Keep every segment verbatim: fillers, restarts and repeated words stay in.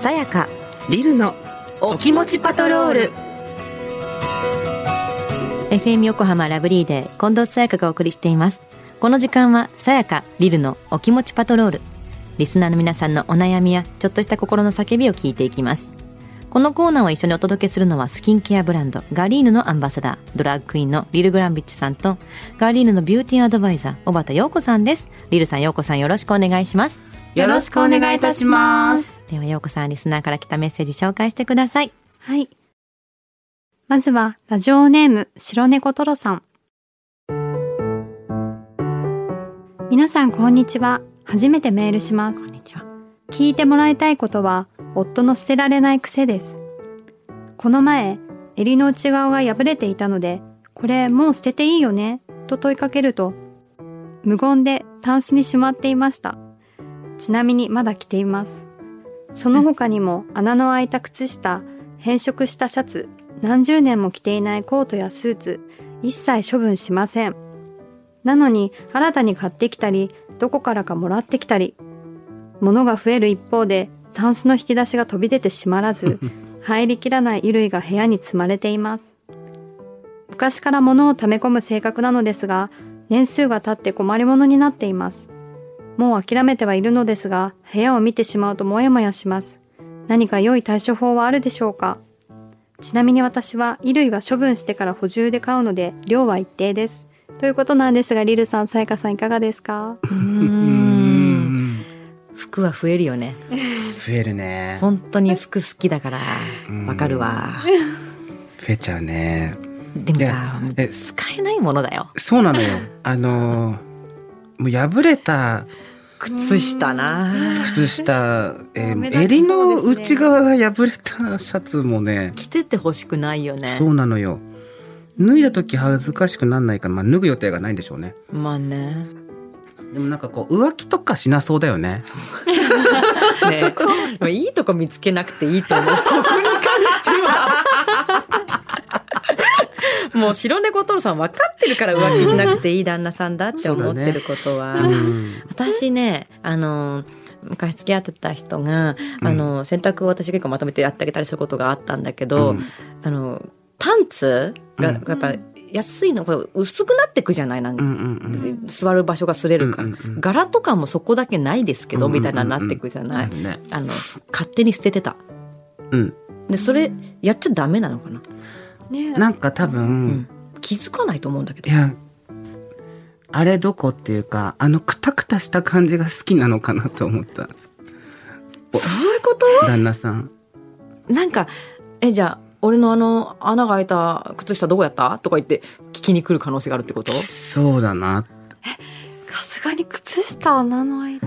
さやかリルのお気持ちパトロール。 エフエム 横浜ラブリーで近藤さやかがお送りしています。この時間はさやかリルのお気持ちパトロール。リスナーの皆さんのお悩みやちょっとした心の叫びを聞いていきます。このコーナーを一緒にお届けするのはスキンケアブランドガリーヌのアンバサダー、ドラッグクイーンのリル・グランビッチさんとガリーヌのビューティーアドバイザー小畑陽子さんです。リルさん、陽子さん、よろしくお願いします。 よろしくお願いいたします。 では陽子さん、リスナーから来たメッセージ紹介してください。 はい。まずはラジオネーム白猫トロさん。皆さんこんにちは。初めてメールします。 こんにちは。 聞いてもらいたいことは夫の捨てられない癖です。この前襟の内側が破れていたので、これもう捨てていいよねと問いかけると、無言でタンスにしまっていました。ちなみにまだ着ています。その他にも穴の開いた靴下、変色したシャツ、何十年も着ていないコートやスーツ、一切処分しません。なのに新たに買ってきたり、どこからかもらってきたり、物が増える一方でタンスの引き出しが飛び出て閉まらず入りきらない衣類が部屋に積まれています。昔から物を溜め込む性格なのですが、年数が経って困りものになっています。もう諦めてはいるのですが、部屋を見てしまうとモヤモヤします。何か良い対処法はあるでしょうか。ちなみに私は衣類は処分してから補充で買うので、量は一定です。ということなんですが、リルさん、さやかさん、いかがですか？ うーん服は増えるよね。 増えるね。 本当に服好きだからわかるわ。 増えちゃうね。 でもさ、使えないものだよ。 そうなのよ。あのもう破れた靴下な、 靴下、えー、襟の内側が破れたシャツもね、 着てて欲しくないよね。 そうなのよ。脱いだ時恥ずかしくなんないから、まあ、脱ぐ予定がないんでしょうね。 まあね。 でもなんかこう浮気とかしなそうだよね。 ね、いいとこ見つけなくていいと思う。ここに関してはもう白猫トロさん分かってるから浮気しなくていい旦那さんだって思ってることは、ね、うん、私ね、あの昔付き合ってた人が、うん、あの洗濯を私結構まとめてやってあげたりすることがあったんだけど、うん、あのパンツがやっぱ安いのこれ薄くなってくじゃない、なんか、うんうんうん、座る場所が擦れるから、うんうんうん、柄とかもそこだけないですけど、うんうんうん、みたいななってくじゃない、うんね、あの勝手に捨ててた、うん、でそれやっちゃダメなのかな、 ね、なんか多分、うん、 気づかないと思うんだけど、 いやあれどこっていうか、あのクタクタした感じが好きなのかなと思った。 そういうこと？ 旦那さんなんかえじゃあ俺のあの穴が開いた靴下どこやったとか言って聞きに来る可能性があるってこと？ そうだな。 え、さすがに靴下穴の開い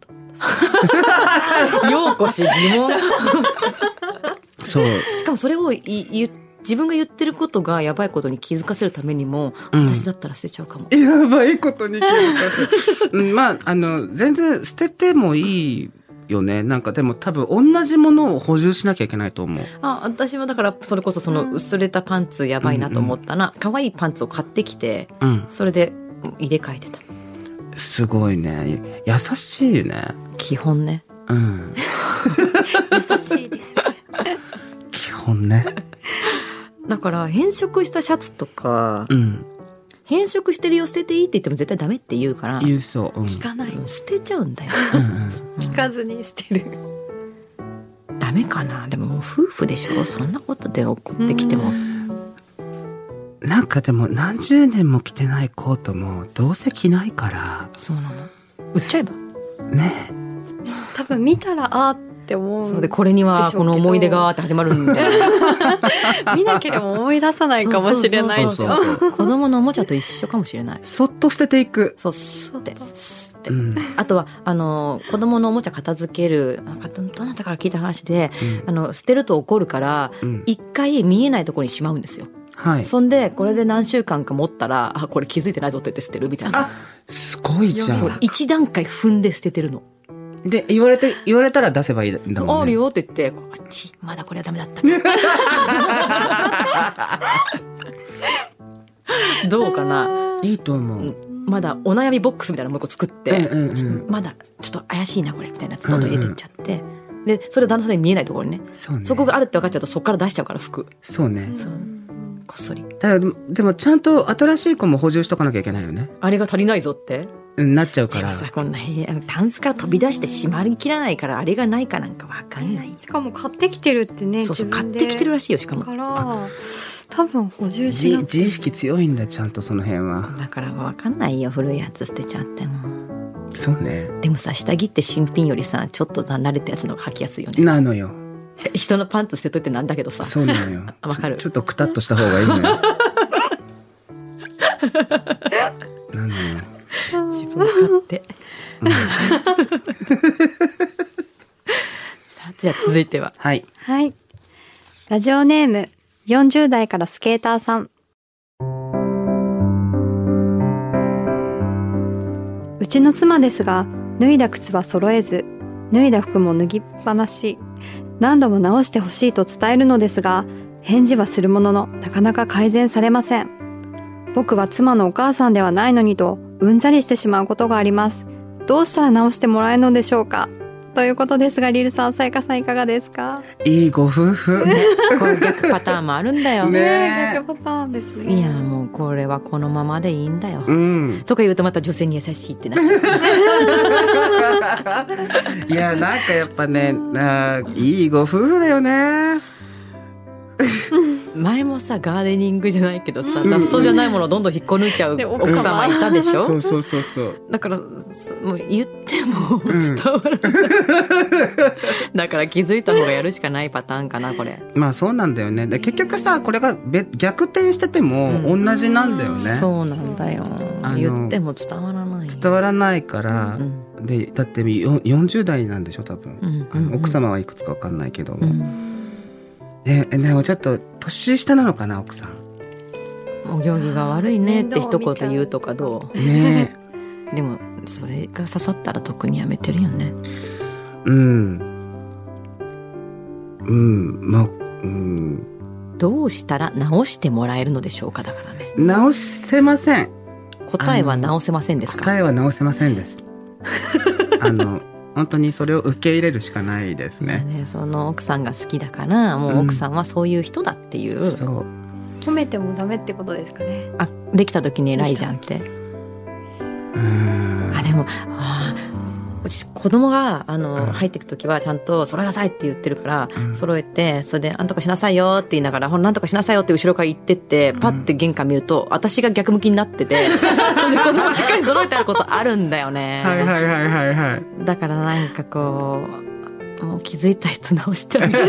たようこし疑問そう。しかもそれをい言自分が言ってることがやばいことに気づかせるためにも、うん、私だったら捨てちゃうかも。 やばいことに気づかせる、うん、まああの全然捨ててもいいよね。なんかでも多分同じものを補充しなきゃいけないと思う。 あ、私はだからそれこそその薄れたパンツやばいなと思ったら、可愛いパンツを買ってきて、うん、それで入れ替えてた。 すごいね。優しいね。 基本ね。 うん。 優しいです。 基本ね。 だから変色したシャツとか、うん、変色してるよ捨てていいって言っても絶対ダメって言うから言うそう、うん、 聞かない、 捨てちゃうんだよ、 うんうん、聞かずに捨てる。 ダメかな。でももう夫婦でしょ、そんなことで怒ってきても。 なんかでも何十年も着てないコートもどうせ着ないから。 そうなの。売っちゃえばね。 多分見たらあーって思う。 そうで、これにはこの思い出がって始まるんで見なければ思い出さないかもしれない。 子供のおもちゃと一緒かもしれない。 そっと捨てていく。 そう捨て捨て、うん、あとはあの子供のおもちゃ片付ける、どなたから聞いた話で、うん、あの捨てると怒るから一、うん、回見えないところにしまうんですよ。はい、そんでこれで何週間か持ったら、あ、これ気づいてないぞって言って捨てるみたいな。 あ、すごいじゃん。 そう、一段階踏んで捨ててるので、言われて言われたら出せばいいんだもんね。 あるよって言って、こっちまだこれはダメだったどうかな。 いいと思う。 まだお悩みボックスみたいなのもう一個作って、うんうんうん、まだちょっと怪しいなこれみたいなやつどんどん入れてっちゃって、うんうん、 でそれ旦那さんに見えないところにね、 そうね。 そこがあるって分かっちゃうとそこから出しちゃうから服。 そうね。 そうこっそり。 だからでもちゃんと新しい子も補充しとかなきゃいけないよね。 あれが足りないぞってうんなっちゃうから。 でもさこんな部屋タンスから飛び出して閉まりきらないからあれがないかなんか分かんない。 しかも買ってきてるってね。 そうそう買っ自分でてきてるらしいよしかも。 だから多分補充しなくて自自意識強いんだよちゃんとその辺は。 だから分かんないよ古いやつ捨てちゃっても。 そうね。 でもさ下着って新品よりさちょっと慣れたやつの方が履きやすいよね。 なのよ。 人のパンツ捨てといてなんだけどさ。 そうなのよ。 わかるちょ。ちょっとくたっとした方がいいのよ。なのよ。 自分勝手。 うんさあじゃあ続いては。 はい。 はい。ラジオネームよんじゅう代からスケーターさん。うちの妻ですが、脱いだ靴は揃えず、脱いだ服も脱ぎっぱなし。何度も直してほしいと伝えるのですが、返事はするものの、なかなか改善されません。僕は妻のお母さんではないのにと、うんざりしてしまうことがあります。どうしたら直してもらえるのでしょうかということですが、リルさん、さやかさんいかがですか？ いいご夫婦。 こういう逆パターンもあるんだよ。 ねねえ、逆パターンですね。 いやもうこれはこのままでいいんだよ。 うん。 とか言うとまた女性に優しいってなっちゃう。 いやなんかやっぱね、あーいいご夫婦だよね。 前もさガーデニングじゃないけどさ雑草じゃないものをどんどん引っこ抜いちゃう奥様いたでしょ。 そうそうそうそう。 だからそもう言っても伝わらない、だから気づいた方がやるしかないパターンかなこれ。 まあそうなんだよね。で結局さこれがべ逆転してても同じなんだよね。 そうなんだよ。 あの言っても伝わらない。 伝わらないから、 うんでだってよよんじゅう代なんでしょ多分、 うんうんうんあの奥様はいくつか分かんないけども、 うんね、でもちょっと年下なのかな奥さん。 お行儀が悪いねって一言言うとかどう？ ねでもそれが刺さったら特にやめてるよね。 うんうんまあうんどうしたら直してもらえるのでしょうかだからね。 直せません。 答えは直せませんですか？ 答えは直せませんですあの本当にそれを受け入れるしかないですね。 ね、その奥さんが好きだからもう奥さんはそういう人だっていう、 うん、そう褒めてもダメってことですかね。 あできた時に偉いじゃんって。 うーんあでもあうち子供があの、 うん入っていく時はちゃんと揃えなさいって言ってるから、 うん揃えてそれでなんとかしなさいよって言いながらほんなんとかしなさいよって後ろから言ってってパッて玄関見ると私が逆向きになっててそれで子供しっかり揃えてあることあるんだよね。 はいはいはいはいはい。 だからなんかこうもう気づいた人直してあげて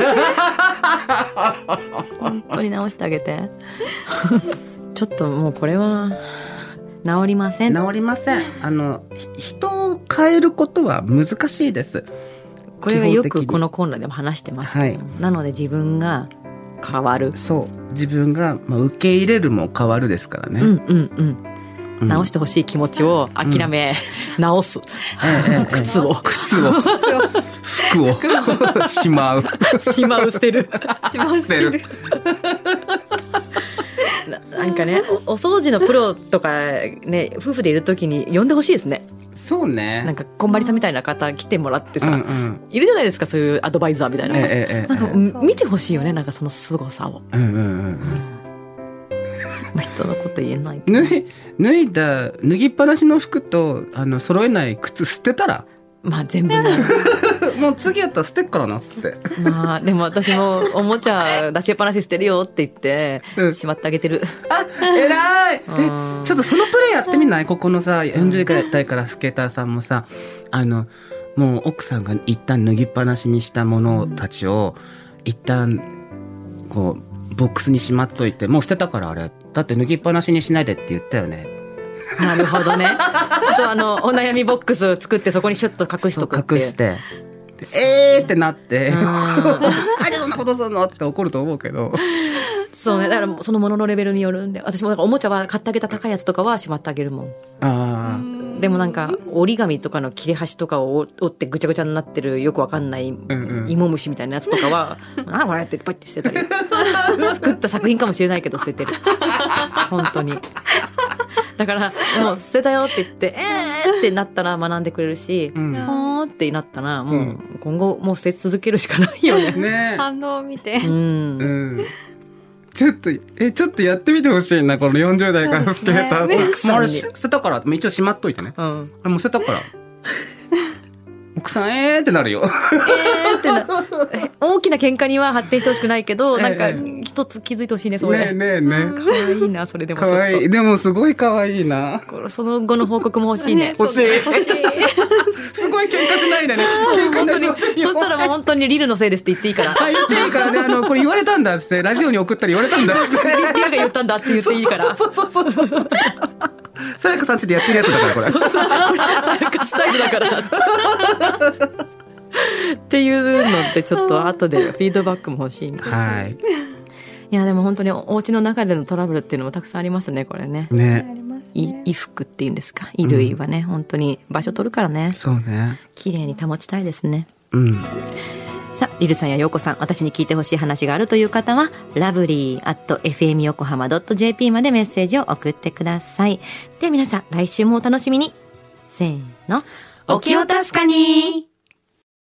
本当に直してあげてちょっともうこれは治りません。 治りません。あのひ人を変えることは難しいです。 これはよ基本的にくこのコーナーでも話してますけど、 はいなので自分が変わる。 そう自分が、まあ、受け入れるも変わるですからね。 うんうんうんうん直してほしい気持ちを諦め、直す、 ええええ靴を靴を服をしまうしまう捨てるしま捨てるななんかねお、お掃除のプロとかね夫婦でいる時に呼んでほしいですね。 そうね。 なんかこんばりさんみたいな方来てもらってさ、 うんうんいるじゃないですかそういうアドバイザーみたいな、 ええええなんかええそう見てほしいよねなんかその凄さを、 うんうんうんまあ、人のこと言えないけど脱い脱いだ脱ぎっぱなしの服とあの揃えない靴捨てたらまあ全部ねもう次やったら捨てっからなってまあでも私もおもちゃ出しっぱなし捨てるよって言って、 うんしまってあげてる。 あ偉いうんえちょっとそのプレイやってみないここのさよんじゅう代からスケーターさんもさあのもう奥さんが一旦脱ぎっぱなしにしたものたちを一旦こうボックスにしまっといてもう捨てたからあれだって脱ぎっぱなしにしないでって言ったよね。 なるほどね。ちょっとあのお悩みボックスを作ってそこにシュッと隠しとくっていう。 隠してえーってなってうんなんでそんなことするのって怒ると思うけどそうねだからそのもののレベルによるんで私もなんかおもちゃは買ってあげた高いやつとかはしまってあげるもん。 あでもなんか折り紙とかの切れ端とかを折ってぐちゃぐちゃになってるよくわかんないうん芋虫みたいなやつとかは「なあこれ」ってパッて捨てたり作った作品かもしれないけど捨ててる本当に。だからもう捨てたよって言って「えー!」ってなったら学んでくれるし「 うんはのってなったらもう今後もう捨て続けるしかないよね。 ね反応を見て、 うん、 うんちょっとえちょっとやってみてほしいなこのよんじゅう代からスケーター、 ねねもうあれ捨てたから一応しまっといてね、 うん、 あれもう捨てたから奥さんえーってなるよえーってな大きな喧嘩には発展してほしくないけど、なんか一つ気づいてほしいねそれ。 ねえねえねかわいいなそれでもちょっと。 かわいいでもすごいかわいいな。 その後の報告も欲しいね。 欲しいすごい喧嘩しないでね。喧嘩本当にそしたらもう本当にリルのせいですって言っていいから。 あ言っていいからね。あのこれ言われたんだってラジオに送ったら言われたんだってリルが言ったんだって言っていいから。 そうそうそうそうそうさやかさんちでやってるやつだからこれ。 そうそうさやかスタイルだから。っていうのってちょっと後でフィードバックも欲しいね。 はい。 いやでも本当にお家の中でのトラブルっていうのもたくさんありますねこれね。 ね。 い衣服っていうんですか、衣類はね、うん、本当に場所取るからね。 そうね。 綺麗に保ちたいですね。 うん。 さあリルさんやヨウコさん、私に聞いてほしい話があるという方はラブリー アット エフエム 横浜 ドット ジェーピー までメッセージを送ってください。では皆さん来週もお楽しみに。せーの、お気を確かに。